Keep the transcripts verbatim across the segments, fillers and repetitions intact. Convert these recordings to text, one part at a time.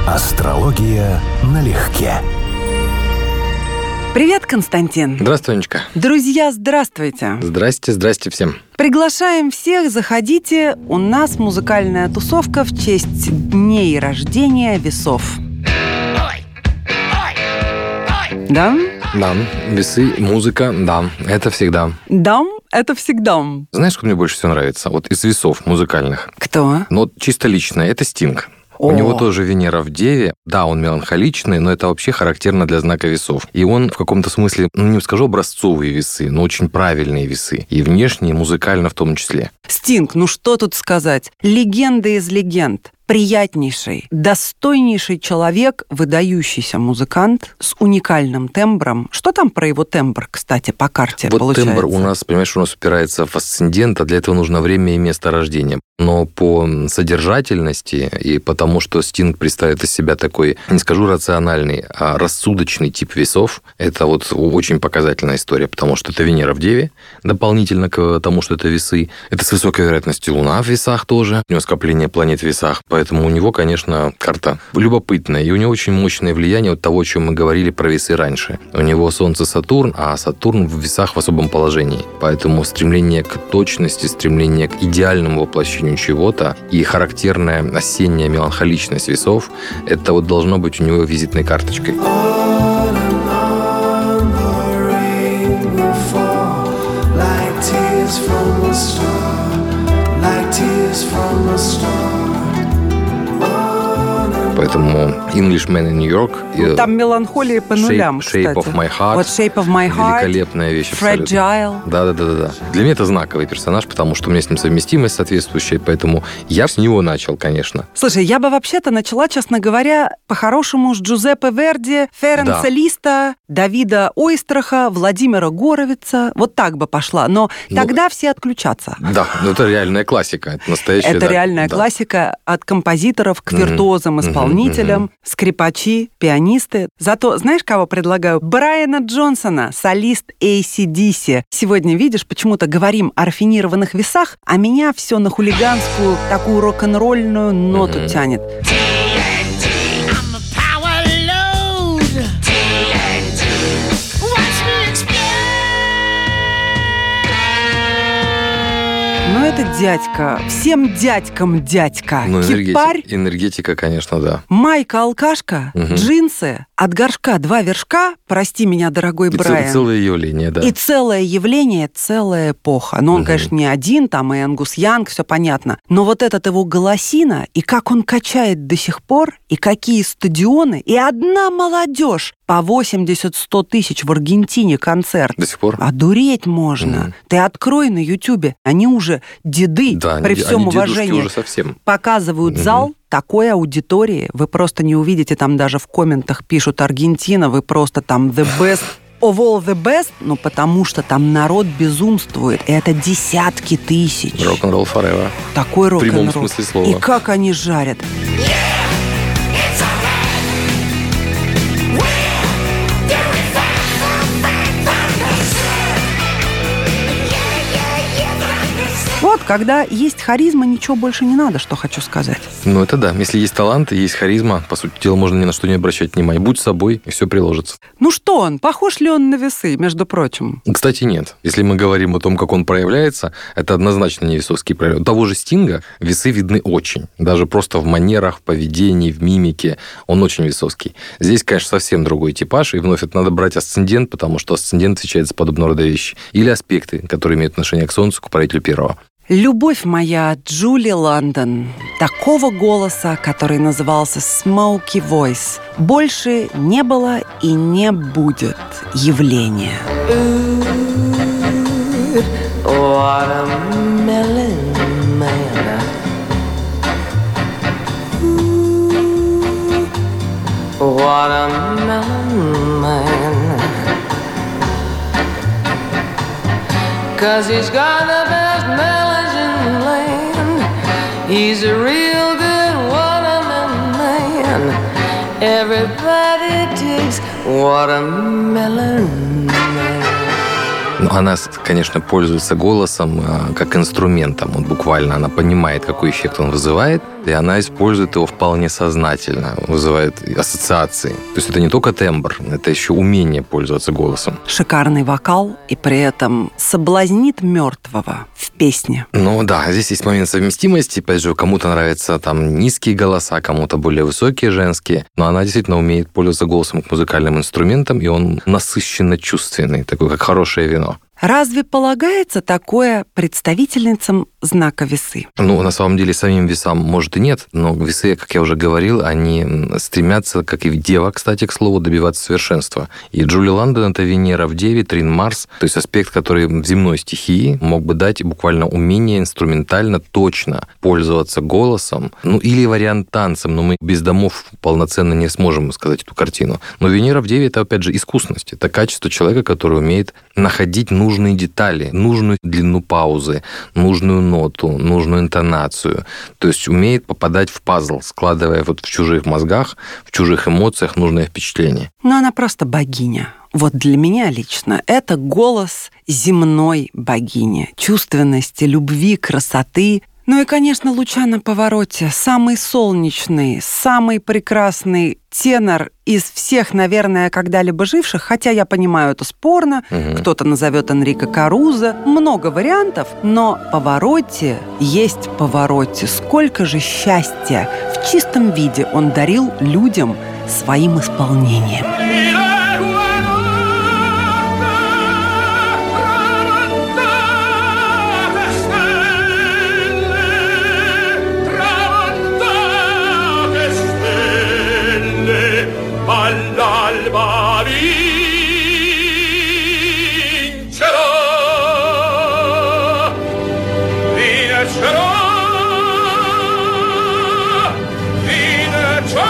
Астрология налегке. Привет, Константин. Здравствуй, Анечка. Друзья, здравствуйте. Здрасте, здрасте всем. Приглашаем всех, заходите. У нас музыкальная тусовка в честь дней рождения весов. Да? Да, весы, музыка, да, это всегда. Да, это всегда. Знаешь, что мне больше всего нравится? Вот из весов музыкальных. Кто? Ну, вот чисто лично, это Стинг. О. У него тоже Венера в Деве. Да, он меланхоличный, но это вообще характерно для знака весов. И он в каком-то смысле, ну, не скажу образцовые весы, но очень правильные весы. И внешне, и музыкально в том числе. Стинг, ну что тут сказать? Легенда из легенд. Приятнейший, достойнейший человек, выдающийся музыкант с уникальным тембром. Что там про его тембр, кстати, по карте вот получается? Тембр у нас, понимаешь, у нас упирается в асцендент, а для этого нужно время и место рождения. Но по содержательности и потому, что Стинг представляет из себя такой, не скажу рациональный, а рассудочный тип весов, это вот очень показательная история, потому что это Венера в Деве, дополнительно к тому, что это весы. Это с высокой вероятностью Луна в весах тоже, у него скопление планет в весах. Поэтому у него, конечно, карта любопытная, и у него очень мощное влияние от того, о чем мы говорили про весы раньше. У него Солнце Сатурн, а Сатурн в весах в особом положении. Поэтому стремление к точности, стремление к идеальному воплощению чего-то и характерная осенняя меланхоличность весов, это вот должно быть у него визитной карточкой. Поэтому Englishman in New York. Ну, там меланхолия по нулям, shape, кстати. Shape of My Heart. Вот Shape of My Heart. Великолепная вещь. Fragile. Да-да-да. Для меня это знаковый персонаж, потому что у меня с ним совместимость соответствующая, поэтому я с него начал, конечно. Слушай, я бы вообще-то начала, честно говоря, по-хорошему с Джузеппе Верди, Ференца да. Листа, Давида Ойстраха, Владимира Горовица. Вот так бы пошла. Но ну, тогда все отключатся. Да, ну это реальная классика. Это настоящая. Это да, реальная да. классика от композиторов к виртуозам, mm-hmm. исполнителям, mm-hmm. скрипачи, пианисты. Зато знаешь, кого предлагаю? Брайана Джонсона, солист эй си ди си. Сегодня, видишь, почему-то говорим о рафинированных весах, а меня все на хулиганскую, такую рок-н-ролльную ноту mm-hmm. тянет. Ну, это дядька. Всем дядькам дядька. Ну, Кипарь. Энергетика, энергетика, конечно, да. Майка-алкашка, угу. джинсы, от горшка два вершка, прости меня, дорогой и Брайан. И целое явление, да. И целое явление, целая эпоха. Но он, угу. конечно, не один, там и Энгус Янг, все понятно. Но вот этот его голосина, и как он качает до сих пор, и какие стадионы, и одна молодежь. По восемьдесят-сто тысяч в Аргентине концерт. До сих пор? Одуреть можно. Mm. Ты открой на Ютубе. Они уже деды, да, при они, всем они уважении, уже совсем. показывают mm-hmm. зал такой аудитории. Вы просто не увидите, там даже в комментах пишут «Аргентина», вы просто там «the best». Of all the best, ну, потому что там народ безумствует. И это десятки тысяч. Рок-н-ролл forever. Такой рок-н-ролл. В прямом смысле слова. И как они жарят. Вот, когда есть харизма, ничего больше не надо, что хочу сказать. Ну, это да. Если есть талант и есть харизма, по сути дела, можно ни на что не обращать внимания. Будь собой, и все приложится. Ну что он? Похож ли он на весы, между прочим? Кстати, нет. Если мы говорим о том, как он проявляется, это однозначно не весовский проявление. У того же Стинга весы видны очень. Даже просто в манерах, в поведении, в мимике. Он очень весовский. Здесь, конечно, совсем другой типаж. И вновь это надо брать асцендент, потому что асцендент отвечает за подобного рода вещи. Или аспекты, которые имеют отношение к Солнцу, к управителю первого. Любовь моя, Джули Лондон. Такого голоса, который назывался Smoky Voice, больше не было и не будет явления. Cause he's got the best melons in the land. He's a real good watermelon man. Everybody takes watermelon man. Она, конечно, пользуется голосом как инструментом. Вот буквально она понимает, какой эффект он вызывает. и она использует его вполне сознательно, вызывает ассоциации. То есть это не только тембр, это еще умение пользоваться голосом. Шикарный вокал, и при этом соблазнит мертвого в песне. Ну да, здесь есть момент совместимости. Опять же, кому-то нравятся там низкие голоса, кому-то более высокие женские, но она действительно умеет пользоваться голосом к музыкальным инструментам, и он насыщенно чувственный, такой как хорошее вино. Разве полагается такое представительницам знака весы? Ну, на самом деле, самим весам, может, и нет, но весы, как я уже говорил, они стремятся, как и Дева, кстати, к слову, добиваться совершенства. И Джули Лондон — это Венера в Деве, Трин Марс, то есть аспект, который в земной стихии мог бы дать буквально умение инструментально точно пользоваться голосом, ну, или вариант танцем, но мы без домов полноценно не сможем сказать эту картину. Но Венера в Деве — это, опять же, искусность, это качество человека, который умеет находить нужные детали, нужную длину паузы, нужную ноту, нужную интонацию. То есть умеет попадать в пазл, складывая вот в чужих мозгах, в чужих эмоциях нужное впечатление. Но она просто богиня. Вот для меня лично это голос земной богини, чувственности, любви, красоты. Ну и, конечно, Лучано Паваротти, самый солнечный, самый прекрасный тенор из всех, наверное, когда-либо живших, хотя я понимаю, это спорно, угу. Кто-то назовет Энрико Карузо, много вариантов, но Паваротти есть Паваротти. Сколько же счастья в чистом виде он дарил людям своим исполнением. All'alba vincerò, vincerò, vincerò.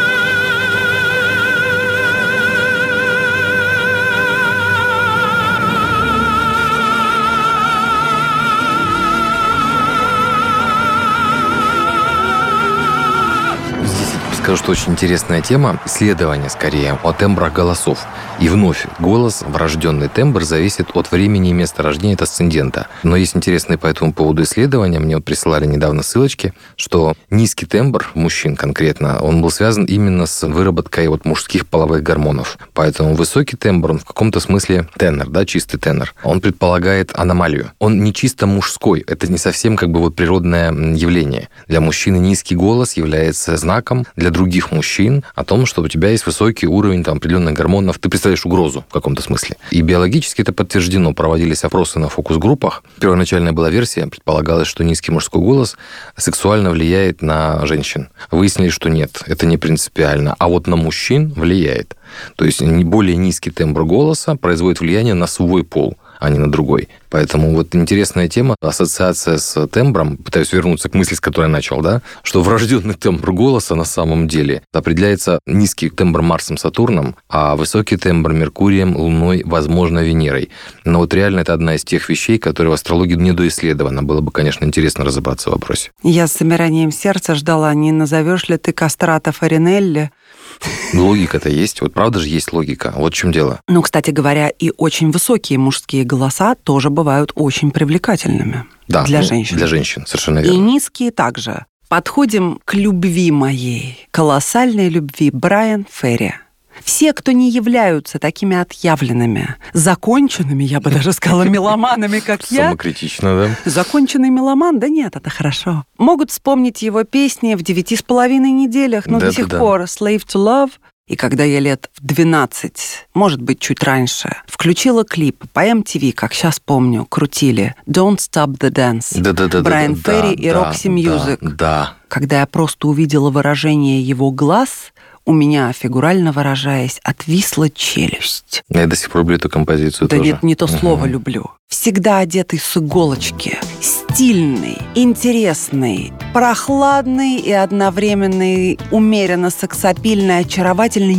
Скажу, что очень интересная тема, исследование скорее о тембрах голосов. И вновь, голос, врожденный тембр, зависит от времени и места рождения от асцендента. Но есть интересные по этому поводу исследования, мне вот присылали недавно ссылочки, что низкий тембр мужчин конкретно, он был связан именно с выработкой вот мужских половых гормонов. Поэтому высокий тембр, он в каком-то смысле тенор, да, чистый тенор. Он предполагает аномалию. Он не чисто мужской, это не совсем как бы вот природное явление. Для мужчины низкий голос является знаком для других мужчин о том, что у тебя есть высокий уровень там, определенных гормонов, ты представляешь угрозу в каком-то смысле. И биологически это подтверждено. Проводились опросы на фокус-группах. Первоначальная была версия, предполагалось, что низкий мужской голос сексуально влияет на женщин. Выяснили, что нет, это не принципиально. А вот на мужчин влияет. То есть более низкий тембр голоса производит влияние на свой пол, а не на другой. Поэтому вот интересная тема, ассоциация с тембром, пытаюсь вернуться к мысли, с которой я начал, да, что врожденный тембр голоса на самом деле определяется низкий тембр Марсом, Сатурном, а высокий тембр Меркурием, Луной, возможно, Венерой. Но вот реально это одна из тех вещей, которые в астрологии недоисследованы. Было бы, конечно, интересно разобраться в вопросе. Я с замиранием сердца ждала, не назовешь ли ты Кастрата Фаринелли? Логика-то есть. Вот правда же есть логика. Вот в чем дело. Ну, кстати говоря, и очень высокие мужские голоса тоже бывают очень привлекательными. Да, для ну, женщин. Для женщин, совершенно верно. И низкие также. Подходим к любви моей, колоссальной любви, Брайан Ферри. Все, кто не являются такими отъявленными, законченными, я бы даже сказала, меломанами, как я. Самокритично, да? Законченный меломан? Да нет, это хорошо. Могут вспомнить его песни в девяти с половиной неделях, но да, до сих да, пор «Slave to Love». И когда я лет в двенадцать, может быть, чуть раньше, включила клип по эм ти ви, как сейчас помню, крутили «Don't Stop the Dance». Да, да, да, Брайан да, Ферри да, и Roxy да, Music. Да, да. Когда я просто увидела выражение его глаз, у меня, фигурально выражаясь, отвисла челюсть. Я до сих пор люблю эту композицию да тоже. Да нет, не то угу. слово люблю. Всегда одетый с иголочки, стильный, интересный, прохладный и одновременно умеренно сексапильный, очаровательный,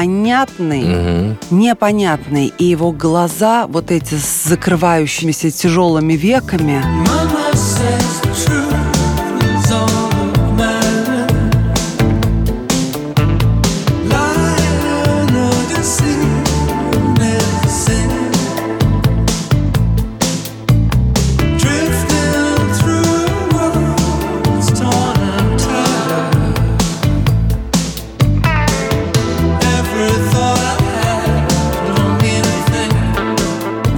непонятный, угу. непонятный. И его глаза, вот эти с закрывающимися тяжелыми веками.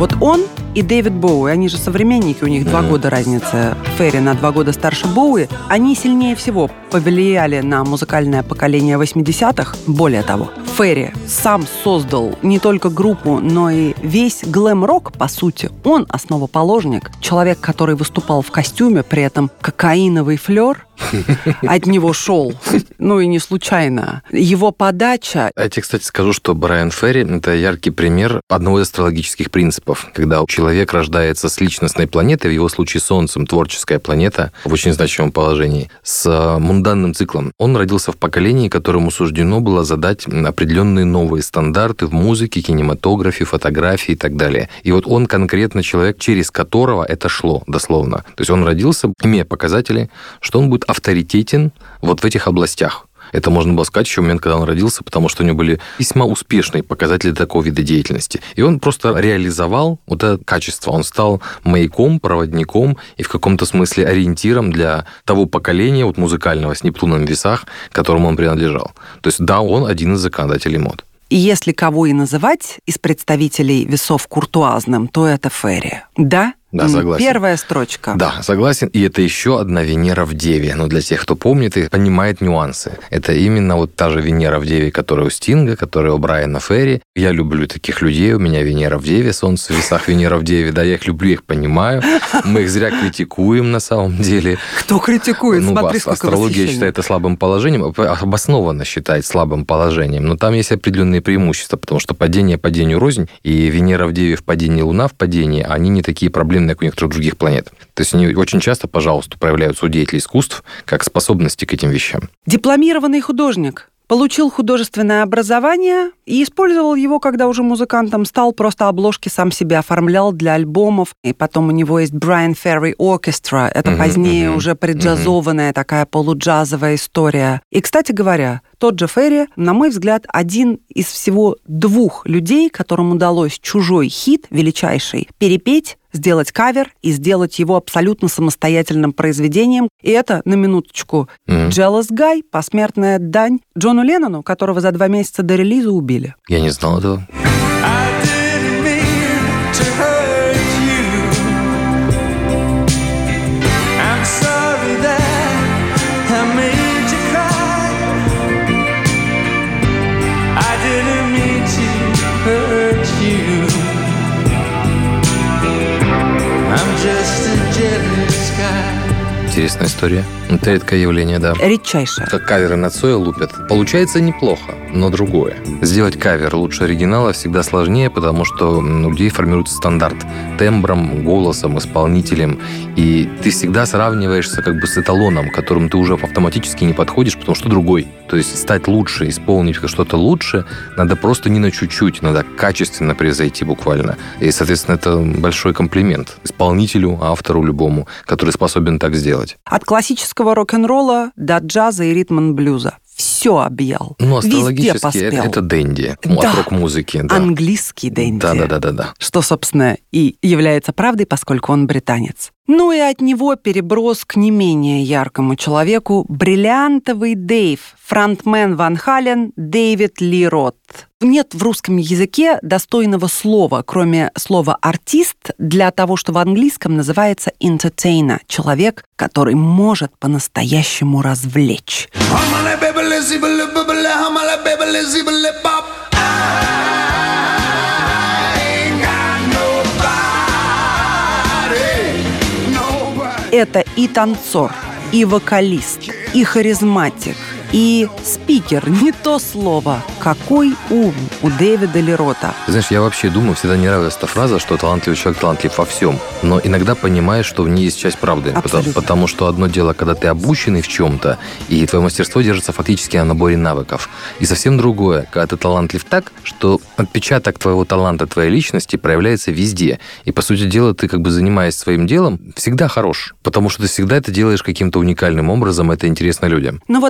Вот он и Дэвид Боуи, они же современники, у них mm-hmm. два года разница. Ферри на два года старше Боуи. Они сильнее всего повлияли на музыкальное поколение восьмидесятых. Более того, Ферри сам создал не только группу, но и весь глэм-рок, по сути. Он основоположник, человек, который выступал в костюме, при этом кокаиновый флёр от него шел. Ну и не случайно. Его подача... Я тебе, кстати, скажу, что Брайан Ферри — это яркий пример одного из астрологических принципов. Когда человек рождается с личностной планетой, в его случае Солнцем, творческая планета, в очень значимом положении, с мунданным циклом. Он родился в поколении, которому суждено было задать определенные новые стандарты в музыке, кинематографе, фотографии и так далее. И вот он конкретно человек, через которого это шло, дословно. То есть он родился, имея показатели, что он будет авторитетен вот в этих областях. Это можно было сказать еще в момент, когда он родился, потому что у него были весьма успешные показатели такого вида деятельности. И он просто реализовал вот это качество. Он стал маяком, проводником и в каком-то смысле ориентиром для того поколения вот музыкального с Нептуном в весах, к которому он принадлежал. То есть да, он один из законодателей мод. И если кого и называть из представителей весов куртуазным, то это Ферри. Да? Да, согласен. Первая строчка. Да, согласен. И это еще одна Венера в Деве. Но для тех, кто помнит и понимает нюансы. Это именно вот та же Венера в Деве, которая у Стинга, которая у Брайана Ферри. Я люблю таких людей. У меня Венера в Деве, Солнце в весах, Венера в Деве. Да, я их люблю, их понимаю. Мы их зря критикуем на самом деле. Кто критикует? Ну, Смотри, сколько астрология считает это слабым положением. Обоснованно считает слабым положением. Но там есть определенные преимущества, потому что падение падению рознь, и Венера в Деве в падении, Луна в падении, они не такие проблемные, как у некоторых других планет. То есть они очень часто, пожалуйста, проявляются у деятелей искусств как способности к этим вещам. Дипломированный художник. Получил художественное образование и использовал его, когда уже музыкантом стал, просто обложки сам себе оформлял для альбомов. И потом у него есть Брайан Ферри Orchestra. Это uh-huh, позднее uh-huh, уже преджазованная uh-huh. такая полуджазовая история. И, кстати говоря, тот же Ферри, на мой взгляд, один из всего двух людей, которым удалось чужой хит, величайший, перепеть, сделать кавер и сделать его абсолютно самостоятельным произведением. И это, на минуточку, mm-hmm. Jealous Guy, посмертная дань Джону Леннону, которого за два месяца до релиза убили. Я не знал этого. Интересная история. Это редкое явление, да. Редчайшее. Как каверы на Цоя лупят. Получается неплохо, но другое. Сделать кавер лучше оригинала всегда сложнее, потому что у людей формируется стандарт тембром, голосом, исполнителем. И ты всегда сравниваешься как бы с эталоном, к которому ты уже автоматически не подходишь, потому что другой. То есть стать лучше, исполнить что-то лучше, надо просто не на чуть-чуть, надо качественно превзойти буквально. И, соответственно, это большой комплимент исполнителю, автору любому, который способен так сделать. От классического рок-н-ролла до джаза и ритм-н-блюза. Все объял. Ну, астрологически это, это дэнди. Да. От рок-музыки. Да. Английский дэнди. Да-да-да. Что, собственно, и является правдой, поскольку он британец. Ну и от него переброс к не менее яркому человеку бриллиантовый Дэйв, фронтмен Ван Хален Дэвид Ли Рот. Нет в русском языке достойного слова, кроме слова «артист», для того, что в английском называется entertainer, человек, который может по-настоящему развлечь. Это и танцор, и вокалист, и харизматик, и спикер. Не то слово. Какой ум у Дэвида Ли Рота. Знаешь, я вообще думаю, всегда не нравилась эта фраза, что талантливый человек талантлив во всем. Но иногда понимаешь, что в ней есть часть правды. Потому, потому что одно дело, когда ты обученный в чем-то, и твое мастерство держится фактически на наборе навыков. И совсем другое, когда ты талантлив так, что отпечаток твоего таланта, твоей личности проявляется везде. И, по сути дела, ты, как бы занимаясь своим делом, всегда хорош. Потому что ты всегда это делаешь каким-то уникальным образом, это интересно людям. Но вот от Дэвида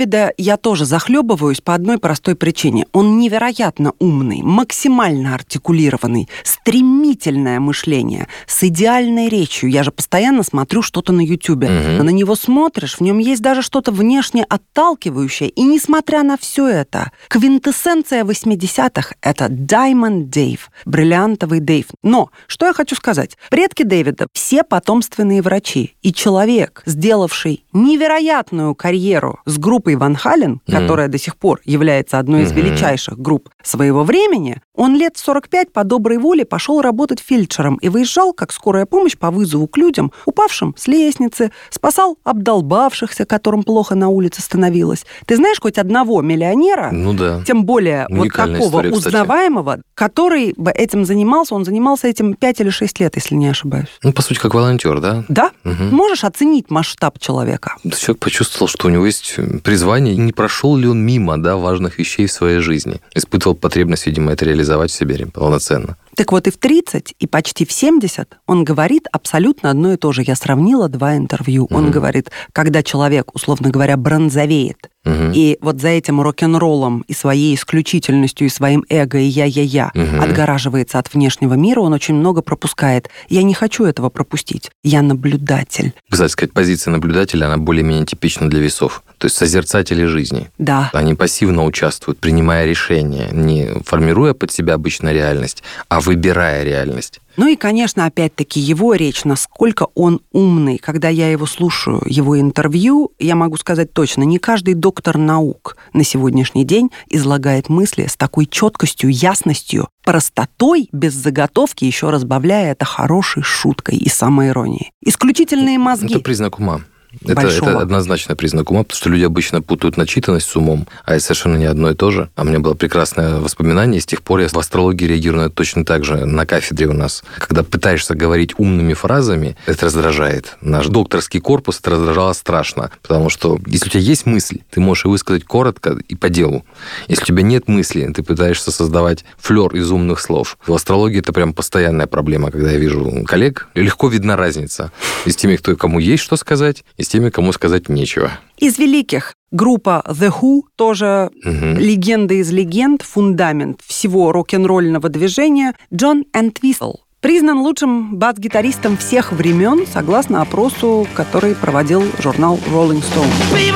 Дэвида я тоже захлебываюсь по одной простой причине. Он невероятно умный, максимально артикулированный, стремительное мышление, с идеальной речью. Я же постоянно смотрю что-то на Ютубе. Угу. Но на него смотришь, в нем есть даже что-то внешне отталкивающее. И несмотря на все это, квинтэссенция восьмидесятых — это Diamond Dave, бриллиантовый Дэйв. Но, что я хочу сказать. Предки Дэвида все потомственные врачи. И человек, сделавший невероятную карьеру с группой Ван Хален, mm. которая до сих пор является одной из mm-hmm. величайших групп своего времени, он лет в сорок пять по доброй воле пошел работать фельдшером и выезжал как скорая помощь по вызову к людям, упавшим с лестницы, спасал обдолбавшихся, которым плохо на улице становилось. Ты знаешь хоть одного миллионера, ну да. тем более уникальная вот такого история, узнаваемого, который бы этим занимался, он занимался этим пять или шесть лет, если не ошибаюсь. Ну, по сути, как волонтер, да? Да? Угу. Можешь оценить масштаб человека? Человек почувствовал, что у него есть призвание, и не прошел ли он мимо, да, важных вещей в своей жизни. Испытывал потребность, видимо, это реализовать в себе полноценно. Так вот и в тридцать, и почти в семьдесят он говорит абсолютно одно и то же. Я сравнила два интервью. Mm-hmm. Он говорит, когда человек, условно говоря, бронзовеет, mm-hmm. и вот за этим рок-н-роллом и своей исключительностью, и своим эго, и я-я-я mm-hmm. отгораживается от внешнего мира, он очень много пропускает. Я не хочу этого пропустить. Я наблюдатель. Кстати сказать, позиция наблюдателя, она более-менее типична для весов. То есть созерцатели жизни. Да. Они пассивно участвуют, принимая решения, не формируя под себя обычно реальность, а выбирая реальность. Ну и, конечно, опять-таки его речь, насколько он умный. Когда я его слушаю, его интервью, я могу сказать точно, не каждый доктор наук на сегодняшний день излагает мысли с такой четкостью, ясностью, простотой, без заготовки, еще разбавляя это хорошей шуткой и самоиронией. Исключительные мозги. Это признак ума. Это, Большого. это однозначно признак ума, потому что люди обычно путают начитанность с умом, а это совершенно не одно и то же. А у меня было прекрасное воспоминание, и с тех пор я в астрологии реагирую точно так же на кафедре у нас. Когда пытаешься говорить умными фразами, это раздражает. Наш докторский корпус это раздражало страшно, потому что если у тебя есть мысль, ты можешь ее высказать коротко и по делу. Если у тебя нет мысли, ты пытаешься создавать флер из умных слов. В астрологии это прям постоянная проблема, когда я вижу коллег, легко видна разница с теми, кто, кому есть что сказать, и с теми, кому сказать нечего. Из великих группа The Who, тоже угу. легенда из легенд, фундамент всего рок-н-ролльного движения, Джон Энтвисл. Признан лучшим бас-гитаристом всех времен, согласно опросу, который проводил журнал Rolling Stone.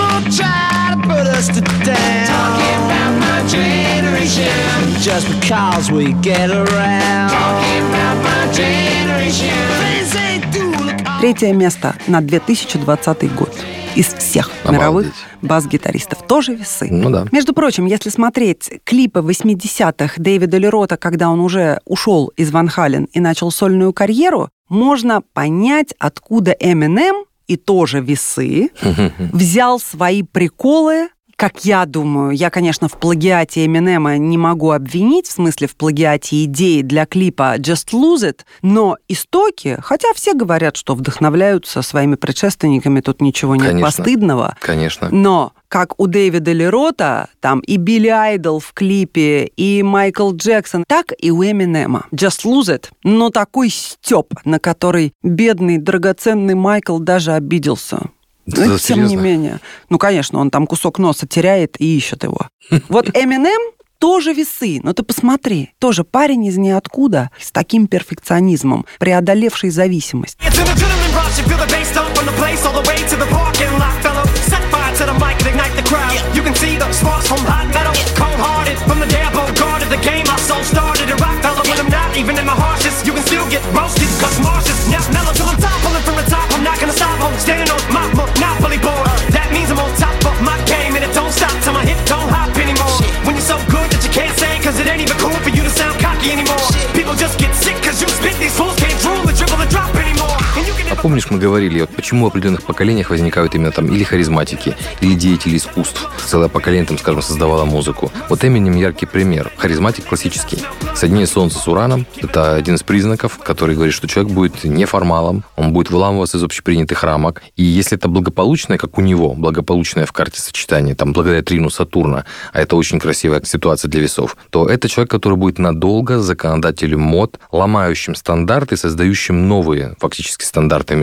Третье место на две тысячи двадцатый год. Из всех Обалдеть. Мировых бас-гитаристов. Тоже весы. Ну да. Между прочим, если смотреть клипы восьмидесятых Дэвида Ли Рота, когда он уже ушел из Ван Хален и начал сольную карьеру, можно понять, откуда Эминем, и тоже весы, взял свои приколы. Как я думаю, я, конечно, в плагиате Эминема не могу обвинить, в смысле в плагиате идеи для клипа «Just Lose It», но истоки, хотя все говорят, что вдохновляются своими предшественниками, тут ничего нет конечно, постыдного. Конечно. Но как у Дэвида Ли Рота, там и Билли Айдол в клипе, и Майкл Джексон, так и у Эминема. «Just Lose It», но такой стёб, на который бедный, драгоценный Майкл даже обиделся. Да, ну, тем серьезно? не менее. Ну, конечно, он там кусок носа теряет и ищет его. Вот Эминем тоже весы, но ты посмотри, тоже парень из ниоткуда с таким перфекционизмом, преодолевший зависимость. А помнишь, мы говорили, вот почему в определенных поколениях возникают именно там или харизматики, или деятели искусств. Целое поколение, там, скажем, создавало музыку. Вот Эминем яркий пример. Харизматик классический. Соединение Солнца с Ураном – это один из признаков, который говорит, что человек будет неформалом, он будет выламываться из общепринятых рамок. И если это благополучное, как у него, благополучное в карте сочетание, там, благодаря трину Сатурна, а это очень красивая ситуация для весов, то это человек, который будет надолго законодателем мод, ломающим стандарты, создающим новые фактически стандарты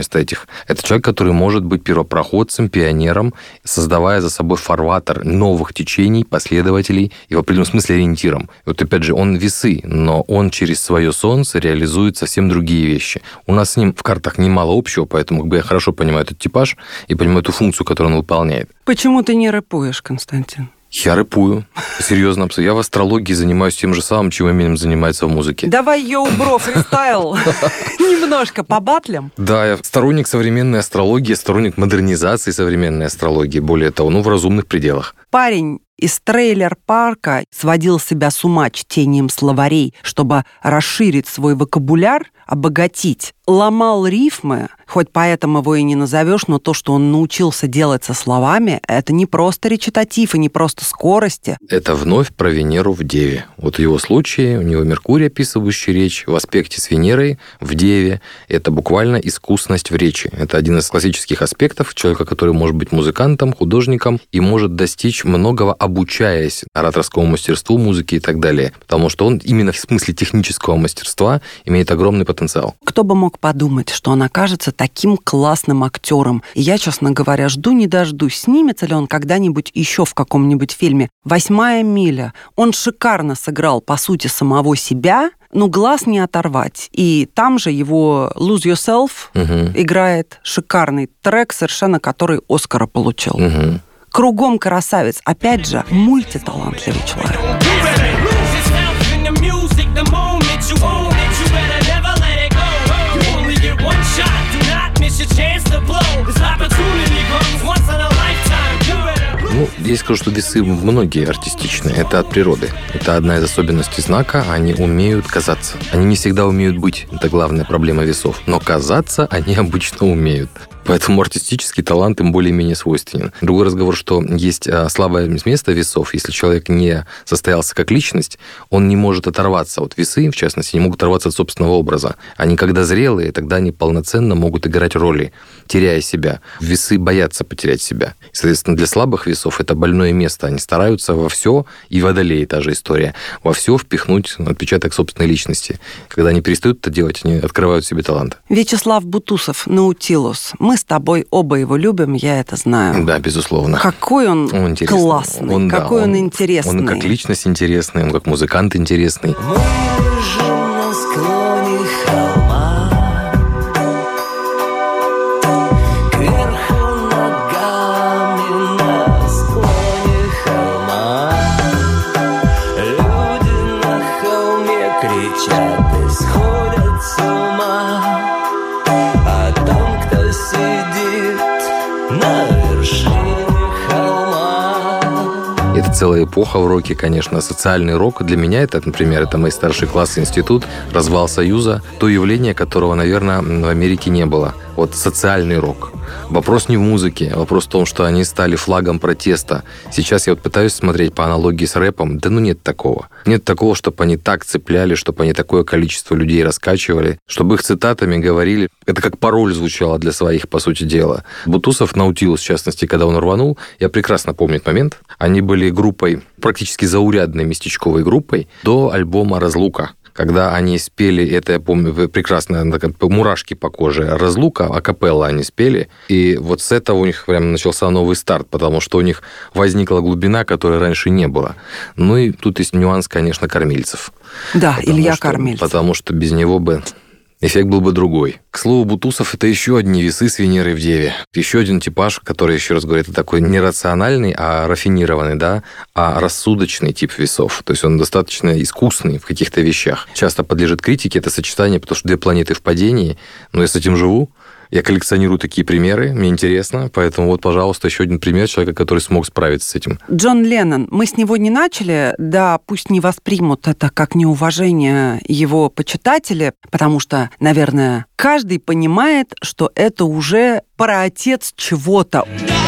вместо этих. Это человек, который может быть первопроходцем, пионером, создавая за собой фарватер новых течений, последователей и в определенном смысле ориентиром. И вот опять же, он весы, но он через свое солнце реализует совсем другие вещи. У нас с ним в картах немало общего, поэтому как бы я хорошо понимаю этот типаж и понимаю ту функцию, которую он выполняет. Почему ты не рэпуешь, Константин? Я рэпую. Серьезно. Я в астрологии занимаюсь тем же самым, чем Эминем занимается в музыке. Давай, йоу, бро, фристайл. Немножко по батлям. Да, я сторонник современной астрологии, сторонник модернизации современной астрологии. Более того, ну, в разумных пределах. Парень из трейлер-парка сводил себя с ума чтением словарей, чтобы расширить свой вокабуляр, обогатить. Ломал рифмы, хоть поэтому его и не назовешь, но то, что он научился делать со словами, это не просто речитатив и не просто скорости. Это вновь про Венеру в Деве. Вот в его случае, у него Меркурий, описывающий речь, в аспекте с Венерой в Деве. Это буквально искусность в речи. Это один из классических аспектов человека, который может быть музыкантом, художником и может достичь многого, обучаясь ораторскому мастерству, музыке и так далее. Потому что он именно в смысле технического мастерства имеет огромный потенциал. Кто бы мог подумать, что он окажется таким классным актером. И я, честно говоря, жду не дождусь, снимется ли он когда-нибудь еще в каком-нибудь фильме. «Восьмая миля». Он шикарно сыграл, по сути, самого себя, ну, глаз не оторвать. И там же его «Lose Yourself» угу. играет шикарный трек, совершенно который Оскара получил. Угу. Кругом красавец. Опять же, мультиталантливый человек. Ну, я скажу, что весы многие артистичные. Это от природы. Это одна из особенностей знака. Они умеют казаться. Они не всегда умеют быть. Это главная проблема весов. Но казаться они обычно умеют. Поэтому артистический талант им более-менее свойственен. Другой разговор, что есть слабое место весов. Если человек не состоялся как личность, он не может оторваться. Вот весы, в частности, не могут оторваться от собственного образа. Они, когда зрелые, тогда они полноценно могут играть роли, теряя себя. Весы боятся потерять себя. Соответственно, для слабых весов это больное место. Они стараются во все, и Водолей та же история, во все впихнуть отпечаток собственной личности. Когда они перестают это делать, они открывают себе талант. Вячеслав Бутусов, «Наутилус». Мы с тобой оба его любим, я это знаю. Да, безусловно. Какой он, он классный, он, какой да, он, он интересный. Он как личность интересный, он как музыкант интересный. Мы лежим на склоне холма, кверху ногами на склоне холма. Люди на холме кричат и сходят с ума. Это целая эпоха в роке, конечно. Социальный рок для меня, это, например, это мой старший класс, институт, развал Союза, то явление, которого, наверное, в Америке не было. Вот социальный рок. Вопрос не в музыке, вопрос в том, что они стали флагом протеста. Сейчас я вот пытаюсь смотреть по аналогии с рэпом, да ну нет такого. Нет такого, чтобы они так цепляли, чтобы они такое количество людей раскачивали, чтобы их цитатами говорили. Это как пароль звучало для своих, по сути дела. Бутусов, «Наутилус», в частности, когда он рванул, я прекрасно помню этот момент. Они были группой, практически заурядной местечковой группой, до альбома «Разлука». Когда они спели, это я помню прекрасно, мурашки по коже, «Разлука», акапелла они спели, и вот с этого у них прям начался новый старт, потому что у них возникла глубина, которой раньше не было. Ну и тут есть нюанс, конечно, Кормильцев. Да, потому Илья что, Кормильцев. Потому что без него бы эффект был бы другой. К слову, Бутусов – это еще одни весы с Венерой в Деве. Еще один типаж, который, еще раз говорю, это такой не рациональный, а рафинированный, да, а рассудочный тип весов. То есть он достаточно искусный в каких-то вещах. Часто подлежит критике это сочетание, потому что две планеты в падении, но я с этим живу. Я коллекционирую такие примеры, мне интересно, поэтому вот, пожалуйста, еще один пример человека, который смог справиться с этим. Джон Леннон. Мы с него не начали, да, пусть не воспримут это как неуважение его почитатели, потому что, наверное, каждый понимает, что это уже праотец чего-то.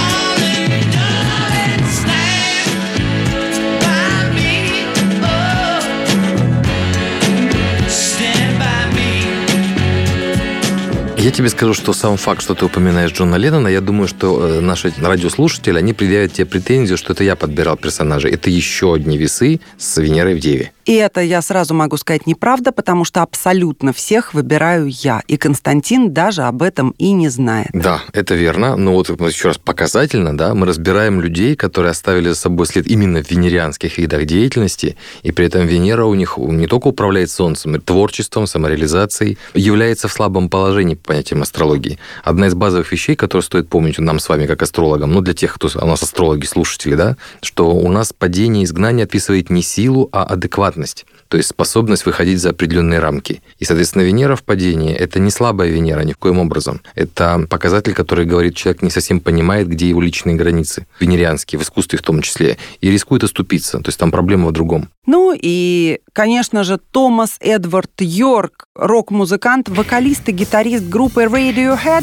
Я тебе скажу, что сам факт, что ты упоминаешь Джона Леннона, я думаю, что наши радиослушатели, они предъявят тебе претензию, что это я подбирал персонажей. Это еще одни весы с Венерой в Деве. И это, я сразу могу сказать, неправда, потому что абсолютно всех выбираю я. И Константин даже об этом и не знает. Да, это верно. Но вот еще раз показательно, да, мы разбираем людей, которые оставили за собой след именно в венерианских видах деятельности, и при этом Венера у них не только управляет Солнцем, творчеством, самореализацией, является в слабом положении по понятиям астрологии. Одна из базовых вещей, которые стоит помнить нам с вами как астрологам, ну, для тех, кто у нас астрологи, слушатели, да, что у нас падение изгнания описывает не силу, а адекватность. То есть способность выходить за определенные рамки. И, соответственно, Венера в падении – это не слабая Венера ни в коем образом. Это показатель, который говорит, человек не совсем понимает, где его личные границы, венерианские, в искусстве в том числе, и рискует оступиться. То есть там проблема в другом. Ну и, конечно же, Томас Эдвард Йорк, рок-музыкант, вокалист и гитарист группы Radiohead.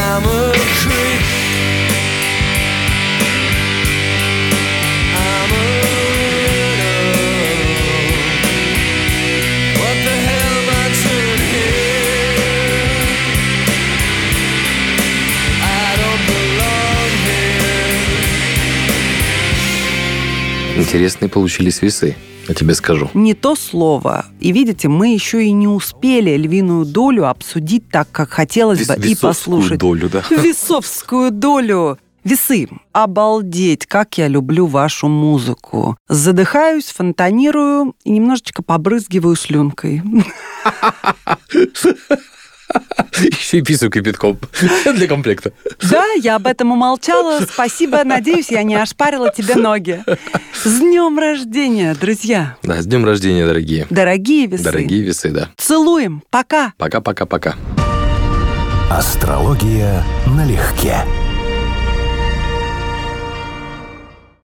Интересные получились весы, я тебе скажу. Не то слово. И видите, мы еще и не успели львиную долю обсудить так, как хотелось Вес, бы, и послушать. долю, да. Весовскую долю. Весы. Обалдеть, как я люблю вашу музыку. Задыхаюсь, фонтанирую и немножечко побрызгиваю слюнкой. Еще и писаю кипятком для комплекта. Да, я об этом умолчала. Спасибо. Надеюсь, я не ошпарила тебе ноги. С днем рождения, друзья. Да, с днем рождения, дорогие. Дорогие весы. Дорогие весы, да. Целуем. Пока. Пока-пока-пока. Астрология налегке.